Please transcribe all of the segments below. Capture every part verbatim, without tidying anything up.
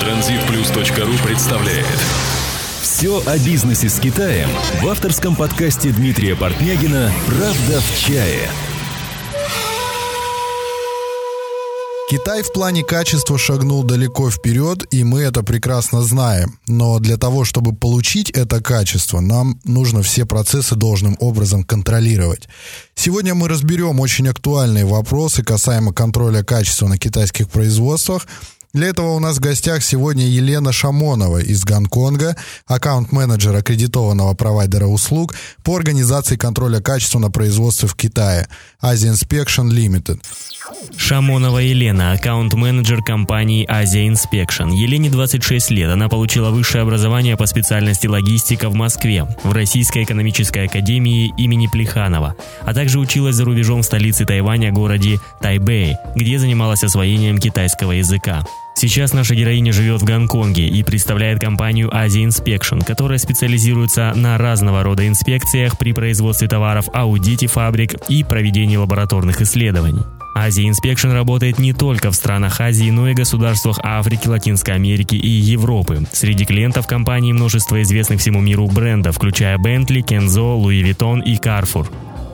транзит плюс точка ру представляет «Все о бизнесе с Китаем» в авторском подкасте Дмитрия Портнягина «Правда в чае». Китай в плане качества шагнул далеко вперед, и мы это прекрасно знаем. Но для того, чтобы получить это качество, нам нужно все процессы должным образом контролировать. Сегодня мы разберем очень актуальные вопросы касаемо контроля качества на китайских производствах. Для этого у нас в гостях сегодня Елена Шамонова из Гонконга, аккаунт-менеджер аккредитованного провайдера услуг по организации контроля качества на производстве в Китае Asia Inspection Limited. Шамонова Елена, аккаунт-менеджер компании Asia Inspection. Елене двадцать шесть лет. Она получила высшее образование по специальности логистика в Москве, в Российской экономической академии имени Плеханова, а также училась за рубежом в столице Тайваня, городе Тайбэй, где занималась освоением китайского языка. Сейчас наша героиня живет в Гонконге и представляет компанию Asia Inspection, которая специализируется на разного рода инспекциях при производстве товаров, аудите фабрик и проведении лабораторных исследований. Asia Inspection работает не только в странах Азии, но и государствах Африки, Латинской Америки и Европы. Среди клиентов компании множество известных всему миру брендов, включая Bentley, Kenzo, Louis Vuitton и Carrefour.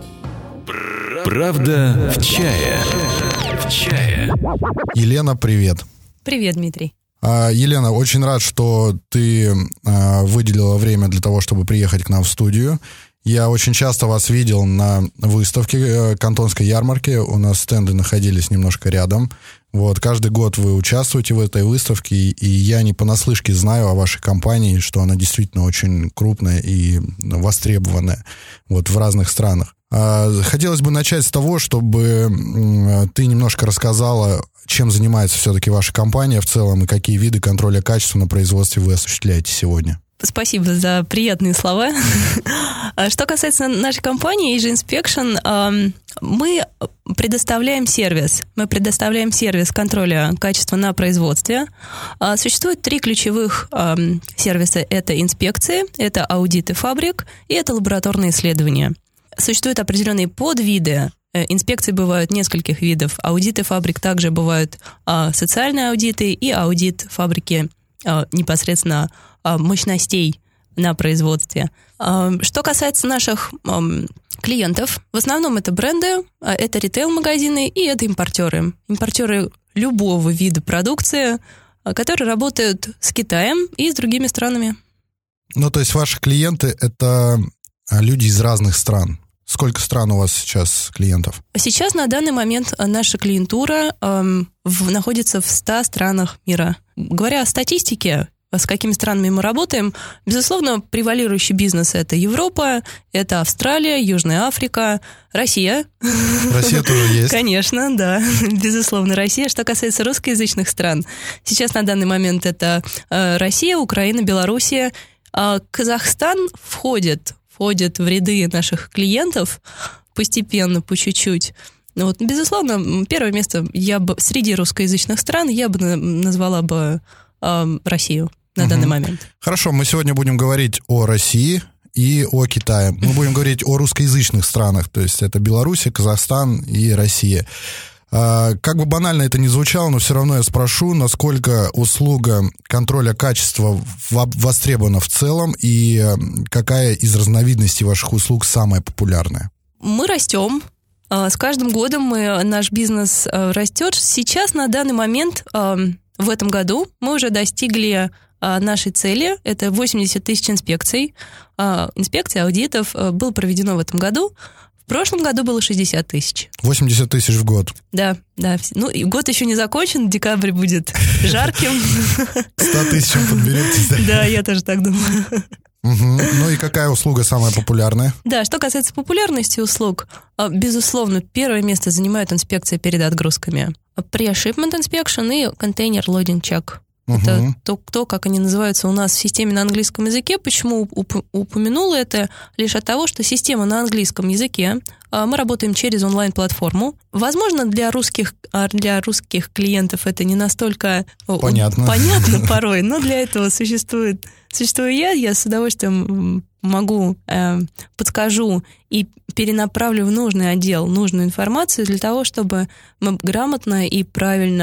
Правда в чае. В чае. Елена, привет. Привет, Дмитрий. А, Елена, очень рад, что ты а, выделила время для того, чтобы приехать к нам в студию. Я очень часто вас видел на выставке Кантонской ярмарки. У нас стенды находились немножко рядом. Вот, каждый год вы участвуете в этой выставке, и я не понаслышке знаю о вашей компании, что она действительно очень крупная и востребованная вот, в разных странах. Хотелось бы начать с того, чтобы ты немножко рассказала, чем занимается все-таки ваша компания в целом и какие виды контроля качества на производстве вы осуществляете сегодня. Спасибо за приятные слова. Что касается нашей компании Asia Inspection, мы предоставляем сервис. Мы предоставляем сервис контроля качества на производстве. Существует три ключевых сервиса. Это инспекции, это аудиты фабрик и это лабораторные исследования. Существуют определенные подвиды. Инспекции бывают нескольких видов. Аудиты фабрик также бывают социальные аудиты и аудит фабрики непосредственно мощностей на производстве. Что касается наших клиентов, в основном это бренды, это ритейл-магазины и это импортеры. Импортеры любого вида продукции, которые работают с Китаем и с другими странами. Ну, то есть ваши клиенты — это люди из разных стран. Сколько стран у вас сейчас клиентов? Сейчас на данный момент наша клиентура э, в, находится в ста странах мира. Говоря о статистике, с какими странами мы работаем, безусловно, превалирующий бизнес — это Европа, это Австралия, Южная Африка, Россия. Россия тоже есть. Конечно, да, безусловно, Россия. Что касается русскоязычных стран, сейчас на данный момент это э, Россия, Украина, Белоруссия. А Казахстан входит входят в ряды наших клиентов постепенно, по чуть-чуть. Вот, безусловно, первое место я бы среди русскоязычных стран я бы назвала бы э, Россию на угу. данный момент. Хорошо, мы сегодня будем говорить о России и о Китае. Мы будем говорить о русскоязычных странах, то есть это Беларусь, Казахстан и Россия. Как бы банально это ни звучало, но все равно я спрошу, насколько услуга контроля качества востребована в целом и какая из разновидностей ваших услуг самая популярная? Мы растем. С каждым годом мы, наш бизнес растет. Сейчас, на данный момент, в этом году, мы уже достигли нашей цели. Это восемьдесят тысяч инспекций. Инспекций, аудитов было проведено в этом году. В прошлом году было шестьдесят тысяч. восемьдесят тысяч в год. Да, да. Ну, и год еще не закончен, декабрь будет жарким. сто тысяч подберетесь, да? Да, я тоже так думаю. Угу. Ну и какая услуга самая популярная? Да, что касается популярности услуг, безусловно, первое место занимают инспекции перед отгрузками. Pre-shipment inspection и container loading check. Это угу. то, то, как они называются у нас в системе на английском языке. Почему уп- упомянула это? Лишь от того, что система на английском языке, мы работаем через онлайн-платформу. Возможно, для русских, для русских клиентов это не настолько понятно, понятно порой, но для этого существует, существую я. Я с удовольствием могу, э, подскажу и перенаправлю в нужный отдел нужную информацию для того, чтобы мы грамотно и правильно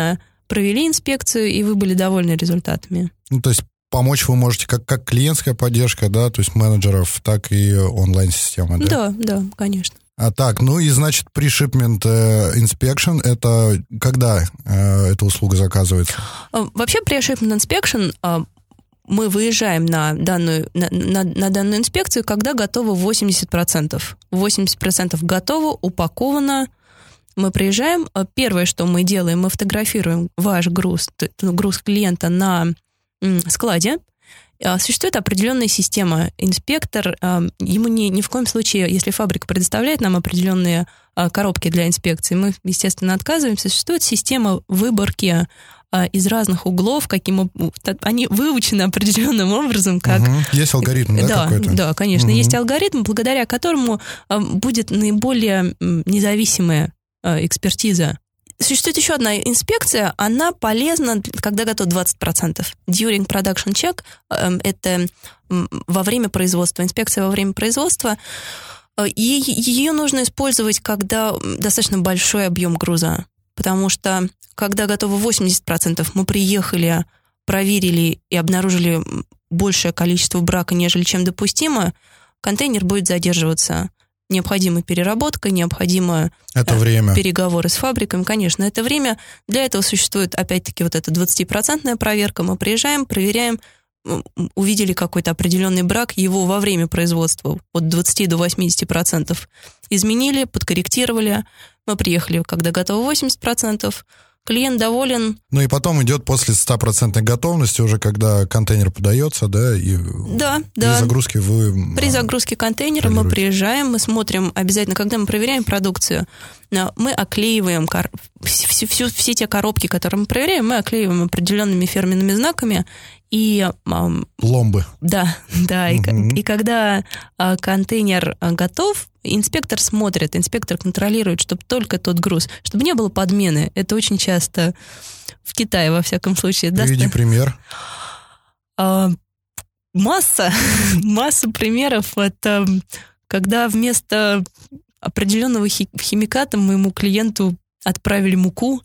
провели инспекцию, и вы были довольны результатами. Ну, то есть помочь вы можете как, как клиентская поддержка, да, то есть менеджеров, так и онлайн-система, да? Да, да, конечно. А так, ну и, значит, pre-shipment inspection, это когда э, эта услуга заказывается? Вообще, pre-shipment inspection э, мы выезжаем на данную, на, на, на данную инспекцию, когда готово восемьдесят процентов. восемьдесят процентов готово, упаковано. Мы приезжаем, первое, что мы делаем, мы фотографируем ваш груз, груз клиента на складе. Существует определенная система. Инспектор, ему ни, ни в коем случае, если фабрика предоставляет нам определенные коробки для инспекции, мы, естественно, отказываемся. Существует система выборки из разных углов, каким они выучены определенным образом, как... Угу. Есть алгоритм, да, да какой-то? Да, конечно. Угу. Есть алгоритм, благодаря которому будет наиболее независимая экспертиза. Существует еще одна инспекция, она полезна, когда готов двадцать процентов. During production check – это во время производства, инспекция во время производства. И ее нужно использовать, когда достаточно большой объем груза. Потому что, когда готово восемьдесят процентов, мы приехали, проверили и обнаружили большее количество брака, нежели чем допустимо, контейнер будет задерживаться. Необходима переработка, необходимо это да, время. переговоры с фабриками. Конечно, это время. Для этого существует, опять-таки, вот эта двадцатипроцентная проверка. Мы приезжаем, проверяем, увидели какой-то определенный брак, его во время производства от двадцати до восьмидесяти процентов изменили, подкорректировали. Мы приехали, когда готово восемьдесят процентов. Клиент доволен. Ну и потом идет после стопроцентной готовности, уже когда контейнер подается, да, и да, при да. загрузке вы... При загрузке контейнера мы приезжаем, мы смотрим обязательно, когда мы проверяем продукцию, мы оклеиваем кор... все, все, все те коробки, которые мы проверяем, мы оклеиваем определенными фирменными знаками. И, Пломбы. Да, да. Угу. И, и когда а, контейнер а, готов, инспектор смотрит, инспектор контролирует, чтобы только тот груз, чтобы не было подмены. Это очень часто в Китае, во всяком случае. Приведи Даст... пример. А, масса, масса примеров. Это когда вместо определенного химиката моему клиенту отправили муку,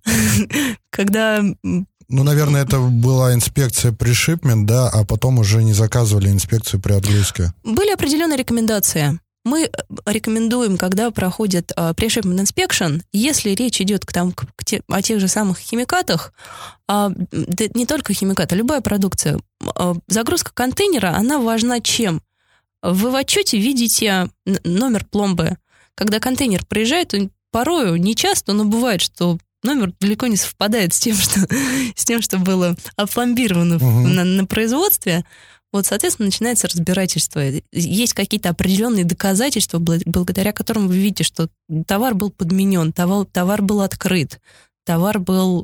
когда... Ну, наверное, это была инспекция при шипмент, да, а потом уже не заказывали инспекцию при отгрузке. Были определенные рекомендации. Мы рекомендуем, когда проходит uh, pre-shipment inspection, если речь идет к, там, к те, о тех же самых химикатах, uh, да, не только химикаты, любая продукция, uh, загрузка контейнера, она важна чем? Вы в отчете видите номер пломбы. Когда контейнер приезжает, он порою, не часто, но бывает, что номер далеко не совпадает с тем, что, с тем, что было опломбировано uh-huh. на, на производстве. Вот, соответственно, начинается разбирательство. Есть какие-то определенные доказательства, благодаря которым вы видите, что товар был подменен, товар, товар был открыт, товар был...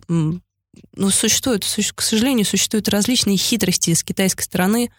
Ну, существует, к сожалению, существуют различные хитрости с китайской стороны,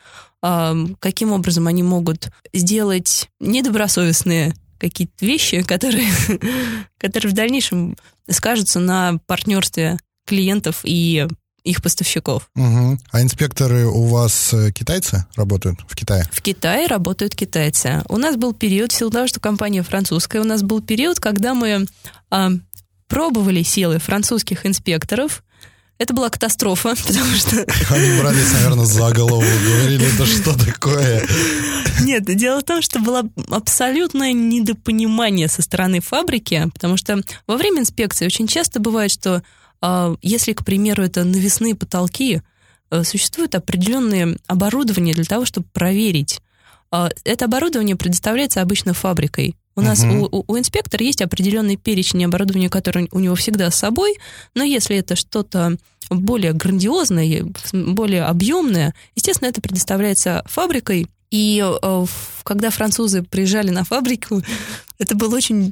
каким образом они могут сделать недобросовестные какие-то вещи, которые, которые в дальнейшем скажутся на партнерстве клиентов и их поставщиков. Угу. А инспекторы у вас китайцы работают в Китае? В Китае работают китайцы. У нас был период, в силу того, что компания французская, у нас был период, когда мы а, пробовали силы французских инспекторов. Это была катастрофа, потому что... Они брались, наверное, за голову, говорили, это что такое? Нет, дело в том, что было абсолютное недопонимание со стороны фабрики, потому что во время инспекции очень часто бывает, что если, к примеру, это навесные потолки, существует определенное оборудование для того, чтобы проверить. Это оборудование предоставляется обычно фабрикой. У нас uh-huh. у, у инспектора есть определенный перечень оборудования, которое у него всегда с собой, но если это что-то более грандиозное, более объемное, естественно, это предоставляется фабрикой. И э, когда французы приезжали на фабрику, это был очень,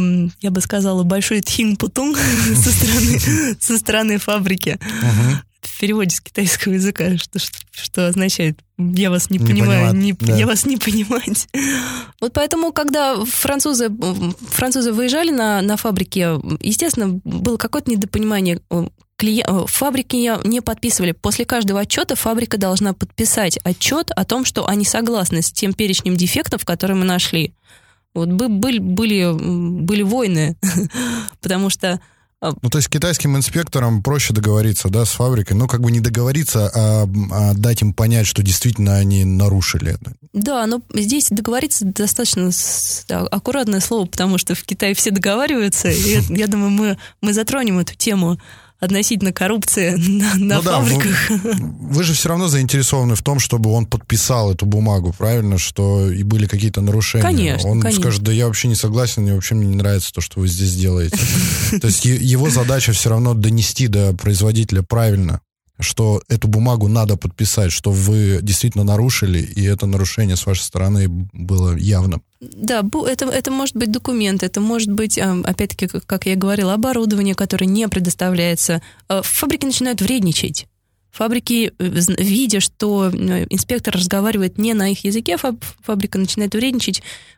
я бы сказала, большой тхинг-путунг со стороны, со стороны фабрики. Uh-huh. В переводе с китайского языка, что, что, что означает «я вас не, не понимаю, не, да. я вас не понимать». Вот поэтому, когда французы, французы выезжали на, на фабрике, естественно, было какое-то недопонимание. Клиент, фабрики не подписывали. После каждого отчета фабрика должна подписать отчет о том, что они согласны с тем перечнем дефектов, которые мы нашли. Вот были, были, были войны, потому что Ну, то есть китайским инспекторам проще договориться, да, с фабрикой, ну, как бы не договориться, а, а дать им понять, что действительно они нарушили это. Да, но здесь договориться достаточно аккуратное слово, потому что в Китае все договариваются, и я думаю, мы, мы затронем эту тему относительно коррупции на, на ну фабриках. Да, вы, вы же все равно заинтересованы в том, чтобы он подписал эту бумагу, правильно, что и были какие-то нарушения. Конечно, он конечно. скажет, да я вообще не согласен, мне вообще не нравится то, что вы здесь делаете. То есть его задача все равно донести до производителя правильно, что эту бумагу надо подписать, что вы действительно нарушили, и это нарушение с вашей стороны было явным. Да, это, это может быть документ, это может быть, опять-таки, как я говорила, оборудование, которое не предоставляется. Фабрики начинают вредничать. Фабрики, видя, что инспектор разговаривает не на их языке, фабрика начинает вредничать.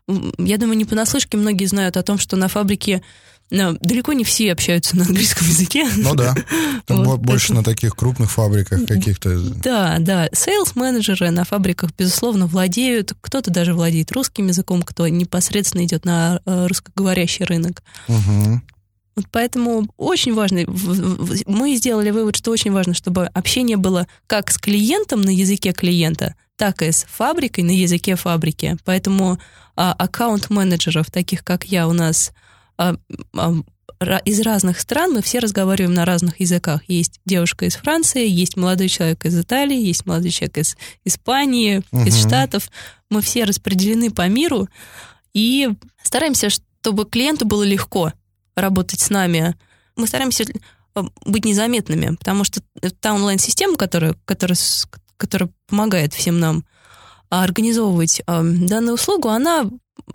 Я думаю, не понаслышке многие знают о том, что на фабрике далеко не все общаются на английском языке. Ну да, там вот, больше это... на таких крупных фабриках каких-то. Да, да, сейлс-менеджеры на фабриках, безусловно, владеют, кто-то даже владеет русским языком, кто непосредственно идет на русскоговорящий рынок. Угу. Вот поэтому очень важно, мы сделали вывод, что очень важно, чтобы общение было как с клиентом на языке клиента, так и с фабрикой на языке фабрики. Поэтому а, аккаунт-менеджеров, таких как я, у нас а, а, из разных стран, мы все разговариваем на разных языках. Есть девушка из Франции, есть молодой человек из Италии, есть молодой человек из Испании, угу. из Штатов. Мы все распределены по миру и стараемся, чтобы клиенту было легко работать с нами. Мы стараемся быть незаметными, потому что та онлайн-система, которая, которая, которая помогает всем нам организовывать данную услугу, она...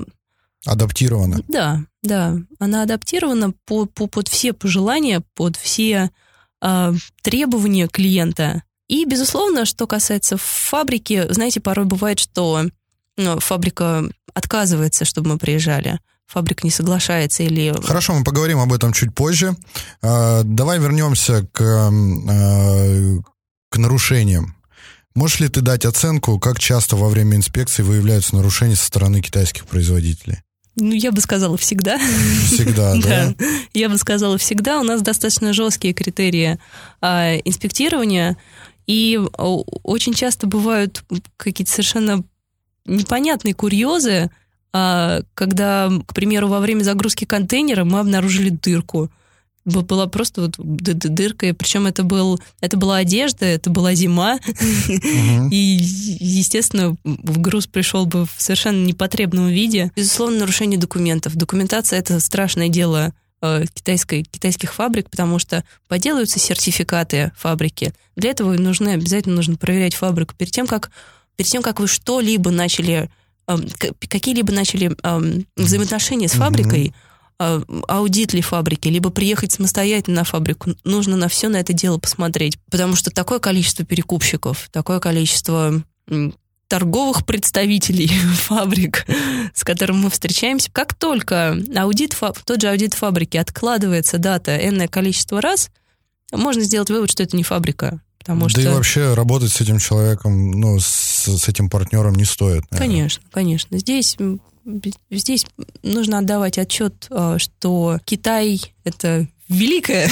Адаптирована. Да, да. Она адаптирована по, по, под все пожелания, под все э, требования клиента. И, безусловно, что касается фабрики, знаете, порой бывает, что ну, фабрика отказывается, чтобы мы приезжали. Фабрика не соглашается или... Хорошо, мы поговорим об этом чуть позже. Э, давай вернемся к, э, к нарушениям. Можешь ли ты дать оценку, как часто во время инспекции выявляются нарушения со стороны китайских производителей? Ну, я бы сказала, всегда. Всегда, да? Да, я бы сказала, всегда. У нас достаточно жесткие критерии а, инспектирования, и очень часто бывают какие-то совершенно непонятные курьезы, а, когда, к примеру, во время загрузки контейнера мы обнаружили дырку. Была просто вот дырка, причем это, был, это была одежда, это была зима, uh-huh. и, естественно, груз пришел бы в совершенно непотребном виде. Безусловно, нарушение документов. Документация — это страшное дело э, китайской, китайских фабрик, потому что подделываются сертификаты фабрики. Для этого нужны, обязательно нужно проверять фабрику. Перед тем, как, перед тем, как вы что-либо начали, э, какие-либо начали э, взаимоотношения с фабрикой, uh-huh. аудит ли фабрики, либо приехать самостоятельно на фабрику, нужно на все на это дело посмотреть, потому что такое количество перекупщиков, такое количество торговых представителей фабрик, с которым мы встречаемся. Как только аудит, тот же аудит фабрики откладывается дата энное количество раз, можно сделать вывод, что это не фабрика. Потому да что... и вообще работать с этим человеком, ну, с, с этим партнером не стоит. Наверное. Конечно, конечно. Здесь... Здесь нужно отдавать отчет, что Китай — это великая,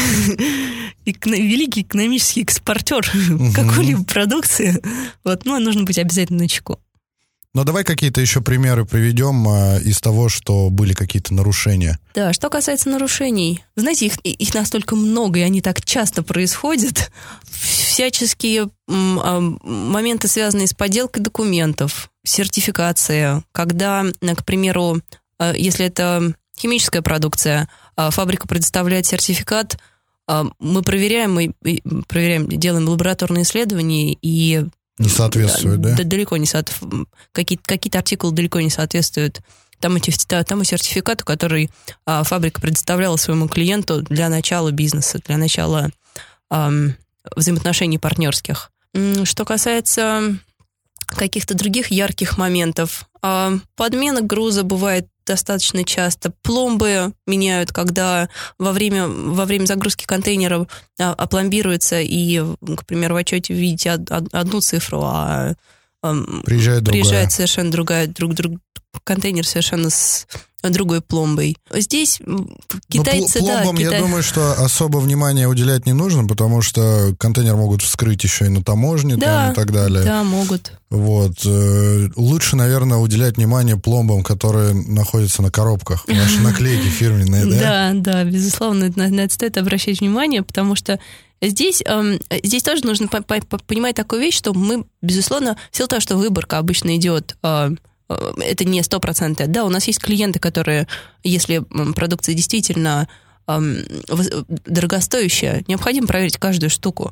великий экономический экспортер угу. какой-либо продукции. Вот, ну, нужно быть обязательно начеку. Ну, давай какие-то еще примеры приведем а, из того, что были какие-то нарушения. Да, что касается нарушений, знаете, их, их настолько много, и они так часто происходят. Всяческие м, моменты, связанные с подделкой документов, сертификация, когда, к примеру, если это химическая продукция, фабрика предоставляет сертификат, мы проверяем, мы проверяем, делаем лабораторные исследования и... Не соответствует, да? да? Далеко не соответствует. Какие-то, какие-то артикулы далеко не соответствуют тому, тому сертификату, который а, фабрика предоставляла своему клиенту для начала бизнеса, для начала а, взаимоотношений партнерских. Что касается каких-то других ярких моментов, а, подмена груза бывает достаточно часто. Пломбы меняют, когда во время, во время загрузки контейнеров опломбируется, и, к примеру, в отчете вы видите одну цифру, а приезжает, приезжает совершенно другая, друг, друг, контейнер совершенно с, другой пломбой. Здесь китайцы, ну, да... Пломбам, Китай... я думаю, что особо внимания уделять не нужно, потому что контейнер могут вскрыть еще и на таможне, да, там, и так далее. Да, могут. Вот. Лучше, наверное, уделять внимание пломбам, которые находятся на коробках. Ваши наклейки фирменные, да? Да, да, безусловно, на, на это стоит обращать внимание, потому что здесь, эм, здесь тоже нужно по- по- понимать такую вещь, что мы, безусловно, в силу того, что выборка обычно идет... Э, это не сто процентов. Да, у нас есть клиенты, которые, если продукция действительно эм, дорогостоящая, необходимо проверить каждую штуку.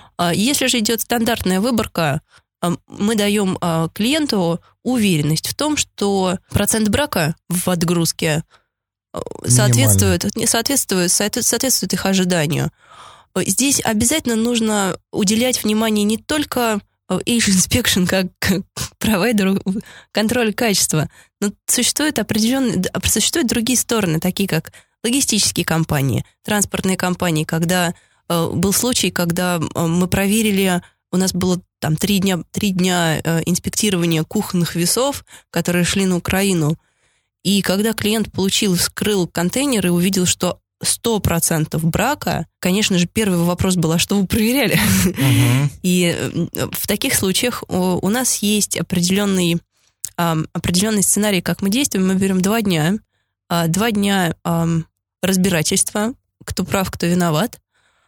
Если же идет стандартная выборка, э, мы даем э, клиенту уверенность в том, что процент брака в отгрузке соответствует, соответствует, соответствует их ожиданию. Здесь обязательно нужно уделять внимание не только Age Inspection как провайдеру контроля качества. Но существуют определенные, существуют другие стороны, такие как логистические компании, транспортные компании, когда э, был случай, когда мы проверили, у нас было там три дня, три дня э, инспектирования кухонных весов, которые шли на Украину. И когда клиент получил, вскрыл контейнер и увидел, что сто процентов брака, конечно же, первый вопрос был, а что вы проверяли? Uh-huh. И в таких случаях у нас есть определенный, определенный сценарий, как мы действуем. Мы берем два дня, два дня разбирательства, кто прав, кто виноват.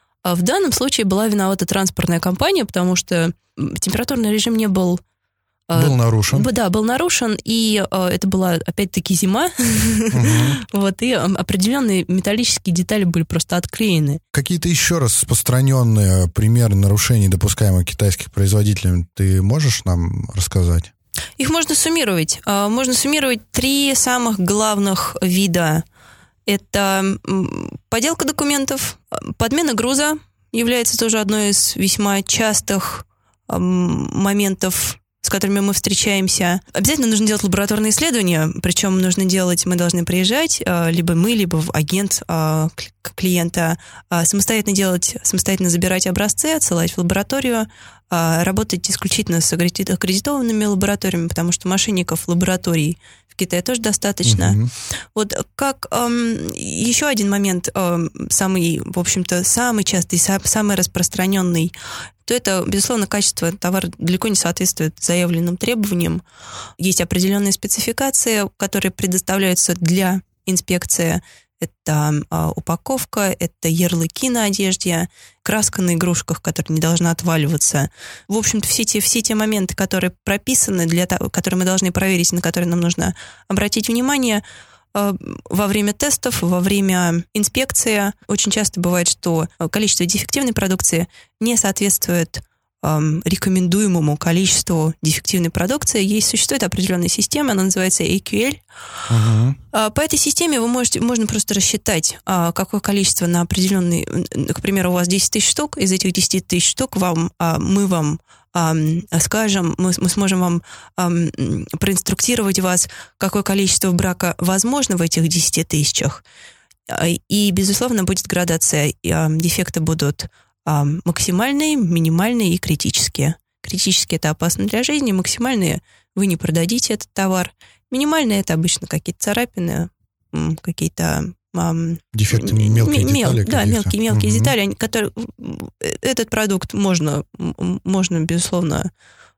В данном случае была виновата транспортная компания, потому что температурный режим не был... Был нарушен. Да, был нарушен, и э, это была, опять-таки, зима. Угу. Вот, и определенные металлические детали были просто отклеены. Какие-то еще распространенные примеры нарушений, допускаемых китайских производителями, ты можешь нам рассказать? Их можно суммировать. Можно суммировать три самых главных вида. Это подделка документов, подмена груза является тоже одной из весьма частых моментов, с которыми мы встречаемся. Обязательно нужно делать лабораторные исследования, причем нужно делать, мы должны приезжать, либо мы, либо агент клиента, самостоятельно делать, самостоятельно забирать образцы, отсылать в лабораторию, работать исключительно с аккредитованными лабораториями, потому что мошенников в лаборатории в Китае тоже достаточно. Mm-hmm. Вот как эм, еще один момент, эм, самый, в общем-то, самый частый, самый распространенный, то это, безусловно, качество товара далеко не соответствует заявленным требованиям. Есть определенные спецификации, которые предоставляются для инспекции. Это а, упаковка, это ярлыки на одежде, краска на игрушках, которая не должна отваливаться. В общем-то, все те, все те моменты, которые прописаны, для того, которые мы должны проверить, на которые нам нужно обратить внимание, а, во время тестов, во время инспекции. Очень часто бывает, что количество дефективной продукции не соответствует рекомендуемому количеству дефективной продукции. Есть, существует определенная система, она называется эй кью эль. Uh-huh. По этой системе вы можете, можно просто рассчитать, какое количество на определенный... К примеру, у вас десять тысяч штук, из этих десять тысяч штук вам, мы вам скажем, мы, мы сможем вам проинструктировать вас, какое количество брака возможно в этих десяти тысячах. И, безусловно, будет градация. Дефекты будут максимальные, минимальные и критические. Критические — это опасно для жизни, максимальные — вы не продадите этот товар. Минимальные — это обычно какие-то царапины, какие-то... Дефекты, мелкие мел, детали. Да, мелкие, мелкие угу. детали, которые, этот продукт можно, можно, безусловно,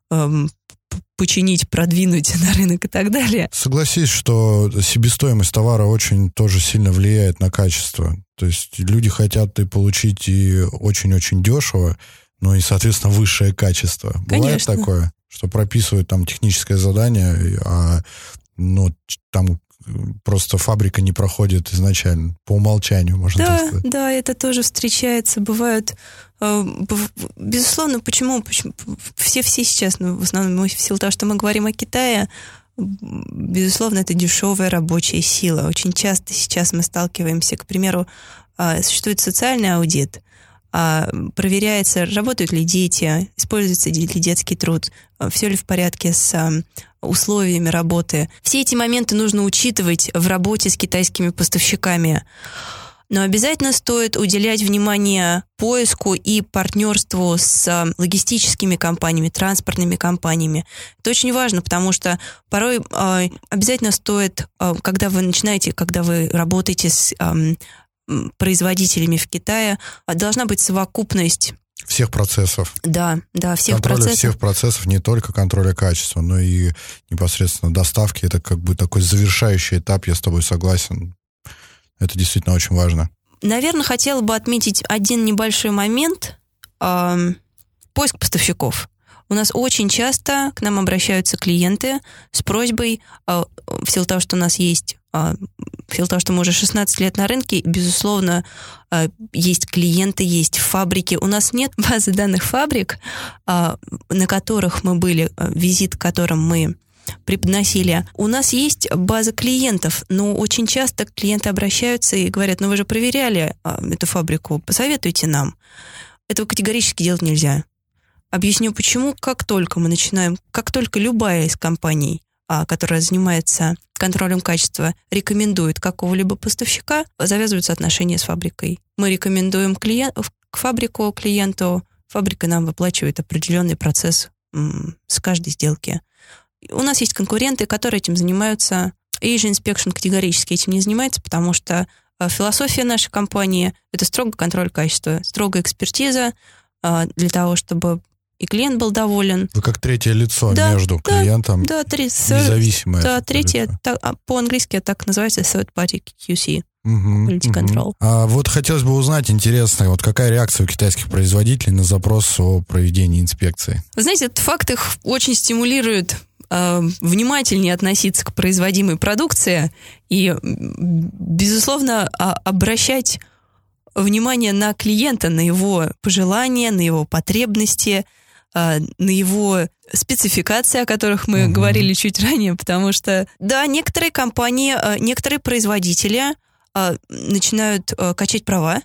починить, продвинуть на рынок и так далее. Согласись, что себестоимость товара очень тоже сильно влияет на качество. То есть люди хотят и получить и очень-очень дешево, но и, соответственно, высшее качество. Конечно. Бывает такое, что прописывают там техническое задание, а ну, там просто фабрика не проходит изначально, по умолчанию, можно да, так сказать. Да, это тоже встречается, бывают... Безусловно, почему? почему все, все сейчас, ну, в основном, в силу того, что мы говорим о Китае, безусловно, это дешевая рабочая сила. Очень часто сейчас мы сталкиваемся, к примеру, существует социальный аудит, проверяется, работают ли дети, используется ли детский труд, все ли в порядке с условиями работы. Все эти моменты нужно учитывать в работе с китайскими поставщиками. Но обязательно стоит уделять внимание поиску и партнерству с логистическими компаниями, транспортными компаниями. Это очень важно, потому что порой э, обязательно стоит, э, когда вы начинаете, когда вы работаете с э, производителями в Китае, должна быть совокупность всех процессов. Да, да, всех Контроля процессов. всех процессов, не только контроля качества, но и непосредственно доставки. Это как бы такой завершающий этап, я с тобой согласен. Это действительно очень важно. Наверное, хотела бы отметить один небольшой момент. Э, поиск поставщиков. У нас очень часто к нам обращаются клиенты с просьбой, э, в силу того, что у нас есть, э, в силу того, что мы уже шестнадцать лет на рынке, безусловно, э, есть клиенты, есть фабрики. У нас нет базы данных фабрик, э, на которых мы были, э, визит к которым мы преподносили. У нас есть база клиентов, но очень часто клиенты обращаются и говорят: ну вы же проверяли а, эту фабрику, посоветуйте нам. Этого категорически делать нельзя. Объясню почему. Как только мы начинаем, как только любая из компаний, а, которая занимается контролем качества, рекомендует какого-либо поставщика, завязываются отношения с фабрикой. Мы рекомендуем клиент, к фабрику клиенту, фабрика нам выплачивает определенный процесс м, с каждой сделки. У нас есть конкуренты, которые этим занимаются. Asian Inspection категорически этим не занимается, потому что философия нашей компании – это строго контроль качества, строгая экспертиза для того, чтобы и клиент был доволен. Вы как третье лицо да, между да, клиентом, да, три, независимое. Да, третье, так, по-английски так называется third party кью си, угу, Quality Control. Угу. А вот хотелось бы узнать, интересно, вот какая реакция у китайских производителей на запрос о проведении инспекции? Вы знаете, этот факт их очень стимулирует внимательнее относиться к производимой продукции и, безусловно, обращать внимание на клиента, на его пожелания, на его потребности, на его спецификации, о которых мы uh-huh. говорили чуть ранее, потому что, да, некоторые компании, некоторые производители начинают качать права,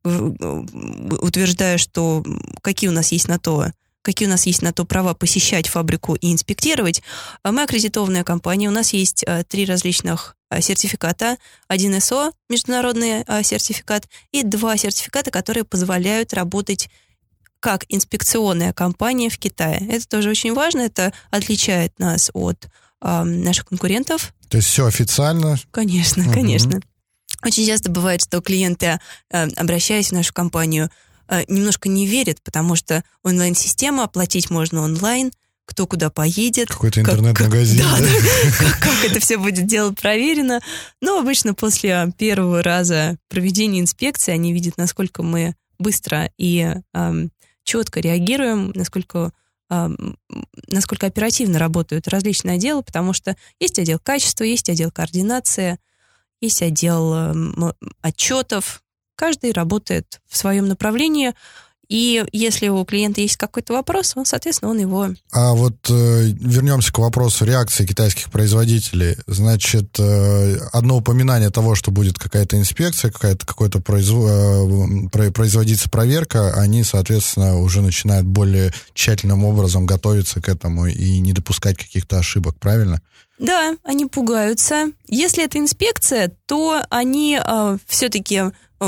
утверждая, что какие у нас есть на то какие у нас есть на то права посещать фабрику и инспектировать. Мы аккредитованная компания, у нас есть три различных сертификата. Один эс о, международный сертификат, и два сертификата, которые позволяют работать как инспекционная компания в Китае. Это тоже очень важно, это отличает нас от э, наших конкурентов. То есть все официально? Конечно, uh-huh. конечно. Очень часто бывает, что клиенты, э, обращаясь в нашу компанию, немножко не верят, потому что онлайн-система, оплатить можно онлайн, кто куда поедет. Какой-то интернет-магазин. Как, да, да, да, как, как это все будет дело проверено. Но обычно после первого раза проведения инспекции они видят, насколько мы быстро и эм, четко реагируем, насколько, эм, насколько оперативно работают различные отделы, потому что есть отдел качества, есть отдел координации, есть отдел эм, отчетов. Каждый работает в своем направлении, и если у клиента есть какой-то вопрос, он, соответственно, он его... А вот э, вернемся к вопросу реакции китайских производителей. Значит, э, одно упоминание того, что будет какая-то инспекция, какая-то, какой-то производ, э, производится проверка, они, соответственно, уже начинают более тщательным образом готовиться к этому и не допускать каких-то ошибок, правильно? Да, они пугаются. Если это инспекция, то они э, все-таки...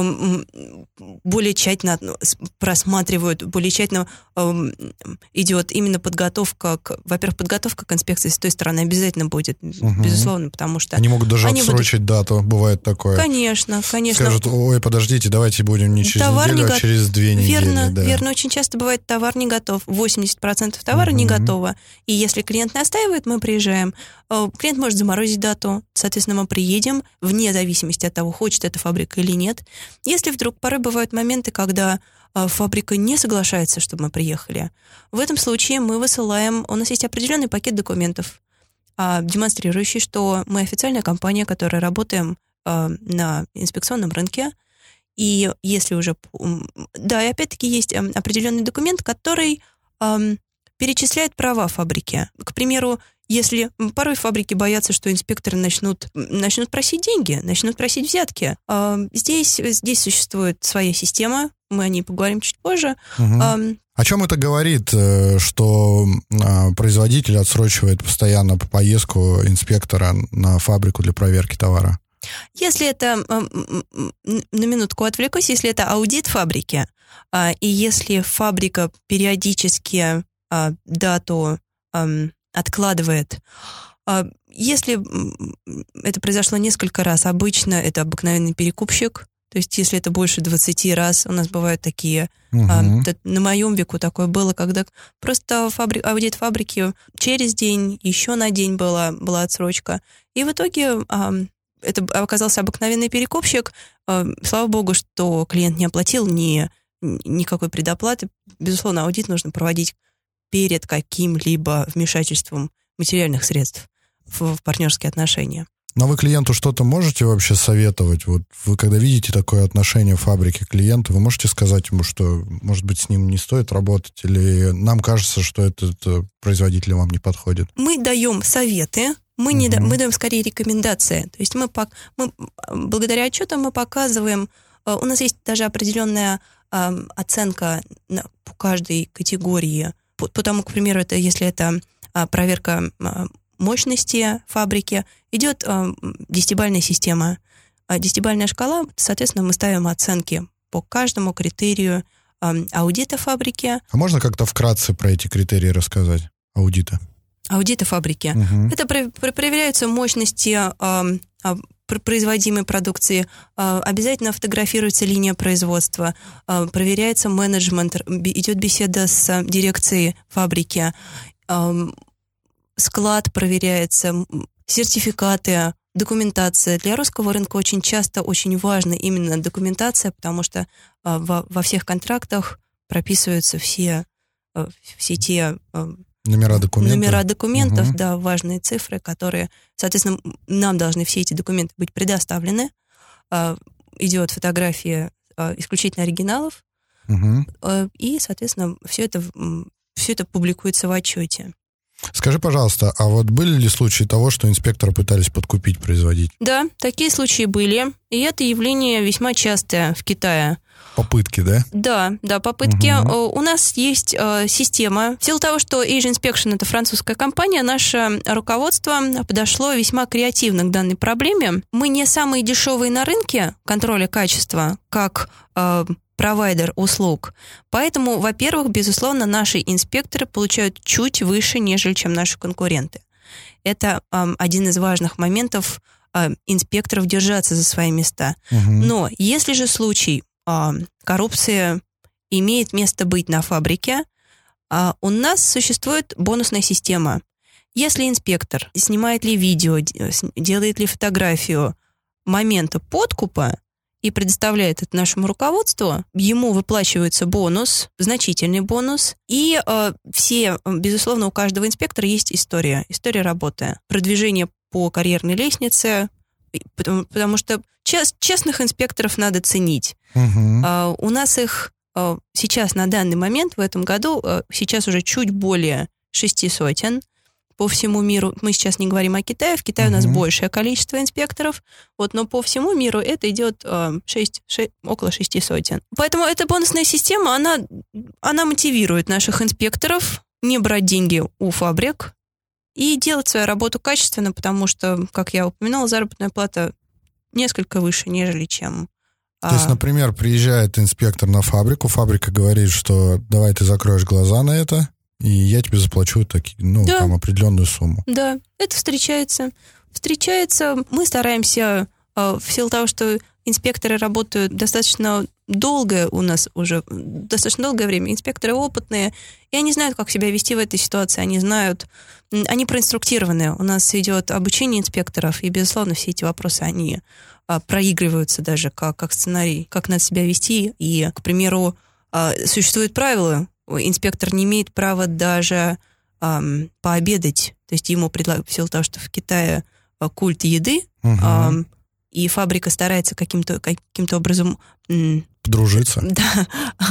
более тщательно просматривают, более тщательно э, идет именно подготовка, к, во-первых, подготовка к инспекции с той стороны обязательно будет, угу. безусловно, потому что... Они могут даже они отсрочить будут... дату, бывает такое. Конечно, конечно. Скажут: ой, подождите, давайте будем не через товар неделю, не а через две недели. Верно, да. верно. Очень часто бывает, товар не готов. восемьдесят процентов товара угу. не готово. И если клиент настаивает, мы приезжаем. Клиент может заморозить дату, соответственно, мы приедем, вне зависимости от того, хочет эта фабрика или нет. Если вдруг порой бывают моменты, когда фабрика не соглашается, чтобы мы приехали, в этом случае мы высылаем, у нас есть определенный пакет документов, демонстрирующий, что мы официальная компания, которая работаем на инспекционном рынке, и если уже... Да, и опять-таки есть определенный документ, который перечисляет права фабрики. К примеру, если порой фабрики боятся, что инспекторы начнут, начнут просить деньги, начнут просить взятки. Здесь, здесь существует своя система, мы о ней поговорим чуть позже. Угу. А, о чем это говорит, что производитель отсрочивает постоянно поездку инспектора на фабрику для проверки товара? Если это, на минутку отвлекусь, если это аудит фабрики, и если фабрика периодически дату откладывает, если это произошло несколько раз, обычно это обыкновенный перекупщик, то есть если это больше двадцати раз, у нас бывают такие, угу. на моем веку такое было, когда просто фабри, аудит фабрики через день, еще на день была, была отсрочка, и в итоге это оказался обыкновенный перекупщик. Слава богу, что клиент не оплатил ни, никакой предоплаты. Безусловно, аудит нужно проводить перед каким-либо вмешательством материальных средств в, в партнерские отношения. Но вы клиенту что-то можете вообще советовать? Вот вы когда видите такое отношение фабрики к клиенту, вы можете сказать ему, что, может быть, с ним не стоит работать, или нам кажется, что этот производитель вам не подходит? Мы даем советы. Мы, не, uh-huh. мы даем скорее рекомендации. То есть мы, мы благодаря отчетам мы показываем, у нас есть даже определенная э, оценка на, по каждой категории. По, потому, к примеру, это, если это э, проверка э, мощности фабрики, идет э, десятибалльная система. Э, десятибалльная шкала, соответственно, мы ставим оценки по каждому критерию э, аудита фабрики. А можно как-то вкратце про эти критерии рассказать, аудита? Аудиты фабрики. Uh-huh. Это про- про- проверяются мощности э, э, производимой продукции, э, обязательно фотографируется линия производства, э, проверяется менеджмент, идет беседа с дирекцией фабрики, э, склад проверяется, сертификаты, документация. Для русского рынка очень часто очень важна именно документация, потому что э, во, во всех контрактах прописываются все, э, все те... Э, Номера документов. Номера документов, угу. да, важные цифры, которые, соответственно, нам должны все эти документы быть предоставлены. Идет фотография исключительно оригиналов, угу. и, соответственно, все это, все это публикуется в отчете. Скажи, пожалуйста, а вот были ли случаи того, что инспекторы пытались подкупить производителя? Да, такие случаи были, и это явление весьма частое в Китае. Попытки, да? Да, да, попытки. Угу. У нас есть э, система. В силу того, что Asia Inspection — это французская компания, наше руководство подошло весьма креативно к данной проблеме. Мы не самые дешевые на рынке контроля качества, как э, провайдер услуг. Поэтому, во-первых, безусловно, наши инспекторы получают чуть выше, нежели чем наши конкуренты. Это э, один из важных моментов э, инспекторов держаться за свои места. Угу. Но если же случай коррупция имеет место быть на фабрике, у нас существует бонусная система. Если инспектор снимает ли видео, делает ли фотографию момента подкупа и предоставляет это нашему руководству, ему выплачивается бонус, значительный бонус, и э, все, безусловно, у каждого инспектора есть история, история работы, продвижение по карьерной лестнице, потому, потому что чест, честных инспекторов надо ценить. Uh-huh. Uh, у нас их uh, сейчас на данный момент в этом году uh, сейчас уже чуть более шести сотен по всему миру. Мы сейчас не говорим о Китае, в Китае uh-huh. у нас большее количество инспекторов, вот, но по всему миру это идет uh, шесть, шесть, около шести сотен. Поэтому эта бонусная система, она, она мотивирует наших инспекторов не брать деньги у фабрик и делать свою работу качественно, потому что, как я упоминала, заработная плата несколько выше, нежели чем... То есть, например, приезжает инспектор на фабрику, фабрика говорит, что давай ты закроешь глаза на это, и я тебе заплачу таки, ну, да. там, определенную сумму. Да, это встречается. Встречается, мы стараемся, в силу того, что инспекторы работают достаточно долго у нас уже, достаточно долгое время, инспекторы опытные, и они знают, как себя вести в этой ситуации, они знают, они проинструктированы. У нас идет обучение инспекторов, и, безусловно, все эти вопросы, они проигрываются даже как, как сценарий, как надо себя вести. И, к примеру, существуют правила. Инспектор не имеет права даже эм, пообедать. То есть ему предлагают, в силу того, что в Китае культ еды, угу. эм, и фабрика старается каким-то, каким-то образом... М, подружиться. Да,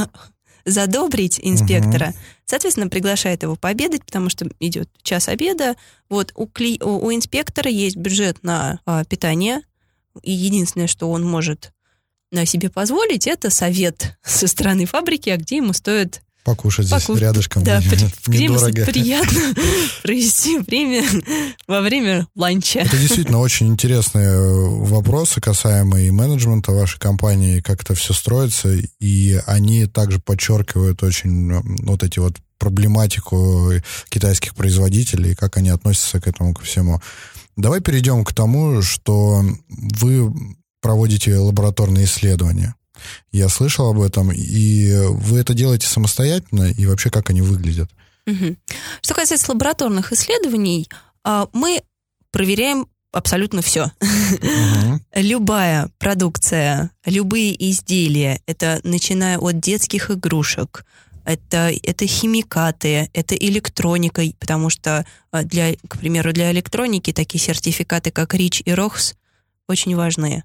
задобрить инспектора. Угу. Соответственно, приглашает его пообедать, потому что идет час обеда. Вот у, кли, у, у инспектора есть бюджет на э, питание, и единственное, что он может себе позволить, это совет со стороны фабрики, а где ему стоит Покушать здесь Покушать. рядышком. Да, недорого. Приятно провести время во время ланча. Это действительно очень интересные вопросы, касаемые менеджмента вашей компании, как это все строится, и они также подчеркивают очень вот эти вот проблематику китайских производителей, как они относятся к этому, ко всему. Давай перейдем к тому, что вы проводите лабораторные исследования. Я слышал об этом, и вы это делаете самостоятельно, и вообще как они выглядят? Угу. Что касается лабораторных исследований, мы проверяем абсолютно все. Угу. Любая продукция, любые изделия, это начиная от детских игрушек, это, это химикаты, это электроника, потому что, для, к примеру, для электроники такие сертификаты, как рич и рохс, очень важны.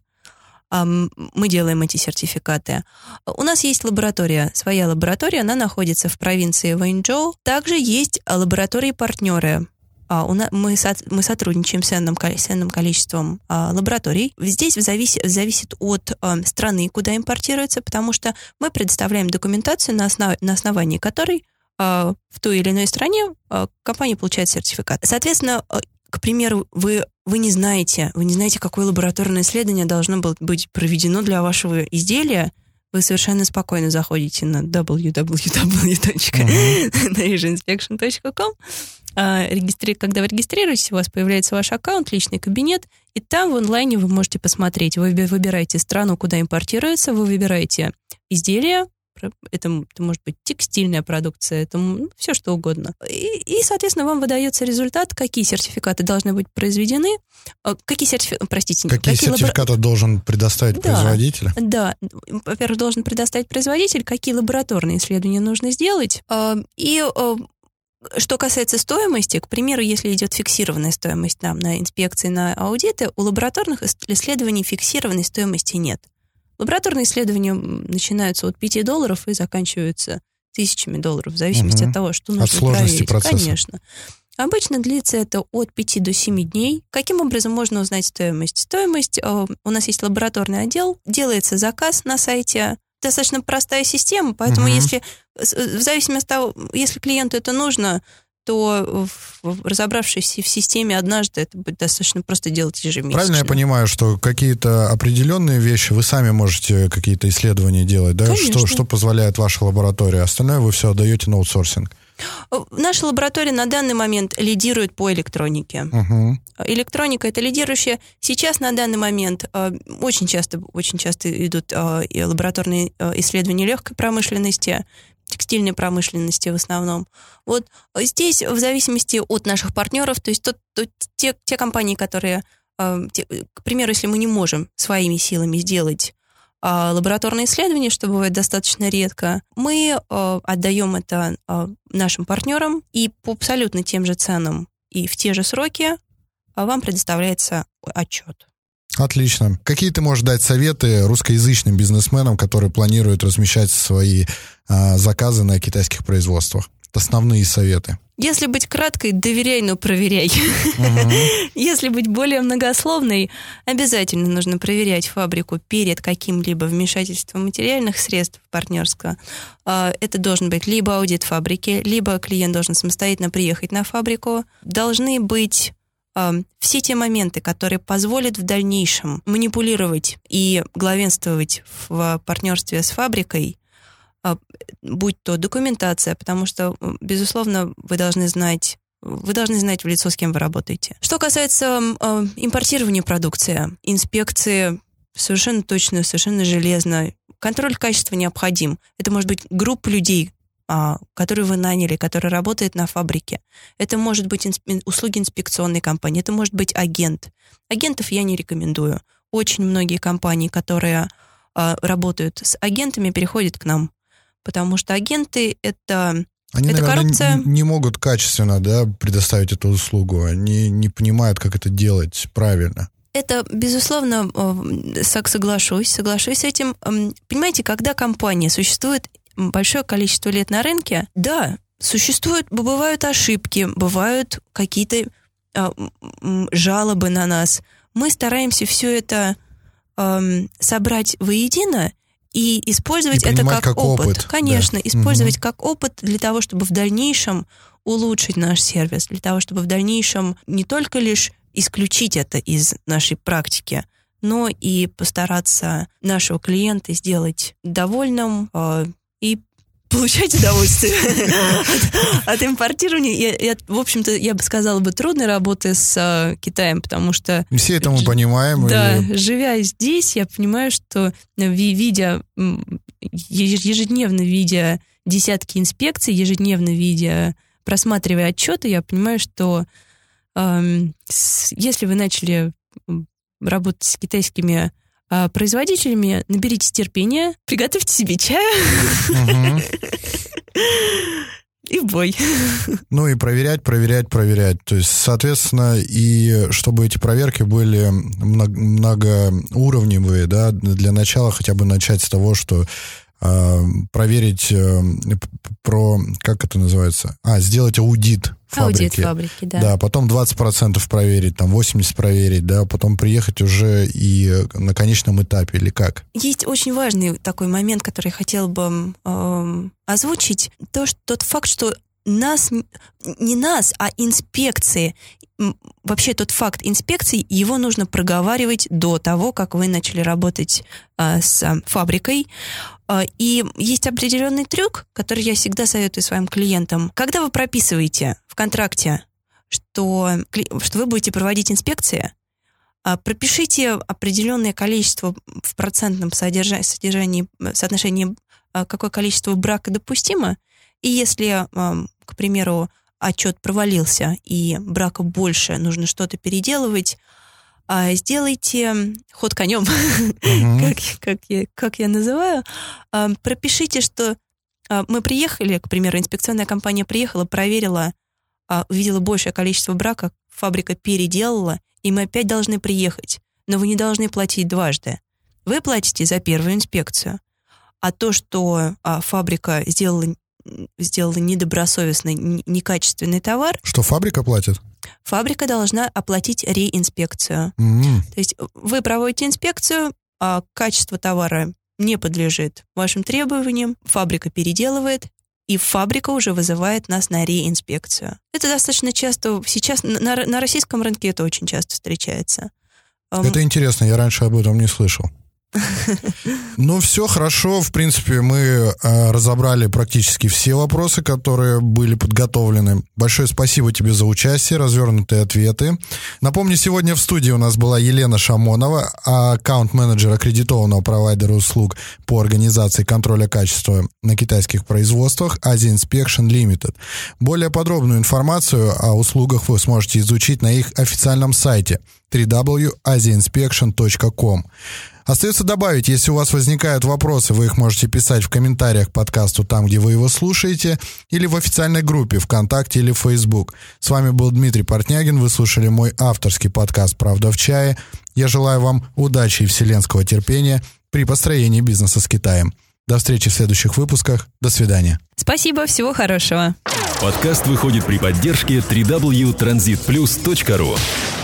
Мы делаем эти сертификаты. У нас есть лаборатория, своя лаборатория, она находится в провинции Вэньчжоу. Также есть лаборатории-партнеры. Мы, мы сотрудничаем с энным, с энным количеством лабораторий. Здесь зависит, зависит от страны, куда импортируется, потому что мы предоставляем документацию, на, основ, на основании которой в той или иной стране компания получает сертификат. Соответственно, к примеру, вы, вы не знаете, вы не знаете, какое лабораторное исследование должно быть проведено для вашего изделия, вы совершенно спокойно заходите на дабл ю дабл ю дабл ю точка asian inspection точка com. Когда вы регистрируетесь, у вас появляется ваш аккаунт, личный кабинет, и там в онлайне вы можете посмотреть. Вы выбираете страну, куда импортируется, вы выбираете изделие. Это, это может быть текстильная продукция, это ну, все что угодно. И, и, соответственно, вам выдается результат, какие сертификаты должны быть произведены, какие сертификаты, простите, какие, какие сертификаты лабора... должен предоставить да, производитель? Да, во-первых, должен предоставить производитель, какие лабораторные исследования нужно сделать, и что касается стоимости, к примеру, если идет фиксированная стоимость нам на инспекции, на аудиты, у лабораторных исследований фиксированной стоимости нет. Лабораторные исследования начинаются от пяти долларов и заканчиваются тысячами долларов, в зависимости угу. от того, что нужно от сложности проверить. Процесса. Конечно. Обычно длится это от пяти до семи дней. Каким образом можно узнать стоимость? Стоимость, у нас есть лабораторный отдел, делается заказ на сайте. Достаточно простая система, поэтому угу. если, в зависимости от того, если клиенту это нужно, то, разобравшись в системе однажды, это будет достаточно просто делать ежемесячно. Правильно я понимаю, что какие-то определенные вещи вы сами можете какие-то исследования делать, да? Что, что позволяет ваша лаборатория? Остальное вы все отдаете на аутсорсинг. Наша лаборатория на данный момент лидирует по электронике. Угу. Электроника — это лидирующая. Сейчас на данный момент очень часто, очень часто идут лабораторные исследования легкой промышленности, текстильной промышленности в основном. Вот здесь, в зависимости от наших партнеров, то есть тот, тот, те, те компании, которые, те, к примеру, если мы не можем своими силами сделать лабораторные исследования, что бывает достаточно редко, мы отдаем это нашим партнерам, и по абсолютно тем же ценам и в те же сроки вам предоставляется отчет. Отлично. Какие ты можешь дать советы русскоязычным бизнесменам, которые планируют размещать свои а, заказы на китайских производствах? Основные советы. Если быть краткой, доверяй, но проверяй. Uh-huh. Если быть более многословной, обязательно нужно проверять фабрику перед каким-либо вмешательством материальных средств партнерского. Это должен быть либо аудит фабрики, либо клиент должен самостоятельно приехать на фабрику. Должны быть все те моменты, которые позволят в дальнейшем манипулировать и главенствовать в партнерстве с фабрикой, будь то документация, потому что, безусловно, вы должны знать, вы должны знать в лицо, с кем вы работаете. Что касается э, импортирования продукции, инспекции совершенно точно, совершенно железно. Контроль качества необходим. Это может быть группа людей, который вы наняли, который работает на фабрике. Это может быть инсп... услуги инспекционной компании, это может быть агент. Агентов я не рекомендую. Очень многие компании, которые а, работают с агентами, переходят к нам, потому что агенты — это, Они, это наверное, коррупция. Не, не могут качественно, да, предоставить эту услугу. Они не понимают, как это делать правильно. Это, безусловно, соглашусь, соглашусь с этим. Понимаете, когда компания существует большое количество лет на рынке, да, существуют, бывают ошибки, бывают какие-то э, жалобы на нас. Мы стараемся все это э, собрать воедино и использовать и это как, как опыт. опыт. Конечно, Да. использовать угу. как опыт для того, чтобы в дальнейшем улучшить наш сервис, для того, чтобы в дальнейшем не только лишь исключить это из нашей практики, но и постараться нашего клиента сделать довольным э, и получать удовольствие от, от импортирования. И, и, в общем-то, я бы сказала бы, трудной работы с э, Китаем, потому что... Все это мы понимаем. Да, и... живя здесь, я понимаю, что видя, ежедневно видя десятки инспекций, ежедневно видя, просматривая отчеты, я понимаю, что э, с, если вы начали работать с китайскими А производителями, наберитесь терпения, приготовьте себе чая угу. и в бой. Ну и проверять, проверять, проверять. То есть, соответственно, и чтобы эти проверки были многоуровневые, да, для начала хотя бы начать с того, что э, проверить э, про, как это называется? А, сделать аудит фабрики. Аудит фабрики, да. Да, потом двадцать процентов проверить, там восемьдесят процентов проверить, да, потом приехать уже и на конечном этапе, или как? Есть очень важный такой момент, который я хотела бы э, озвучить. То, что, тот факт, что нас, не нас, а инспекции, вообще тот факт инспекций, его нужно проговаривать до того, как вы начали работать э, с фабрикой. Э, и есть определенный трюк, который я всегда советую своим клиентам. Когда вы прописываете в контракте, что, что вы будете проводить инспекции, э, пропишите определенное количество в процентном содержании, содержании, соотношении, э, какое количество брака допустимо, и если, э, к примеру, отчет провалился и брака больше, нужно что-то переделывать, а сделайте ход конем, uh-huh. как, как, я, как я называю. А, пропишите, что а, мы приехали, к примеру, инспекционная компания приехала, проверила, а, увидела большее количество брака, фабрика переделала, и мы опять должны приехать. Но вы не должны платить дважды. Вы платите за первую инспекцию, а то, что а, фабрика сделала сделала недобросовестный, некачественный товар. Что фабрика платит? Фабрика должна оплатить реинспекцию. Mm-hmm. То есть вы проводите инспекцию, а качество товара не подлежит вашим требованиям, фабрика переделывает, и фабрика уже вызывает нас на реинспекцию. Это достаточно часто, сейчас на, на российском рынке это очень часто встречается. Это интересно, я раньше об этом не слышал. Ну, все хорошо. В принципе, мы э, разобрали практически все вопросы, которые были подготовлены. Большое спасибо тебе за участие, развернутые ответы. Напомню, сегодня в студии у нас была Елена Шамонова, аккаунт-менеджер аккредитованного провайдера услуг по организации контроля качества на китайских производствах Asia Inspection Limited. Более подробную информацию о услугах вы сможете изучить на их официальном сайте дабл-ю дабл ю дабл ю точка азия инспекшн точка ком. Остается добавить, если у вас возникают вопросы, вы их можете писать в комментариях к подкасту там, где вы его слушаете, или в официальной группе ВКонтакте или Facebook. С вами был Дмитрий Портнягин, вы слушали мой авторский подкаст «Правда в чае». Я желаю вам удачи и вселенского терпения при построении бизнеса с Китаем. До встречи в следующих выпусках. До свидания. Спасибо, всего хорошего. Подкаст выходит при поддержке дабл ю дабл ю дабл ю точка транзит плюс точка ру.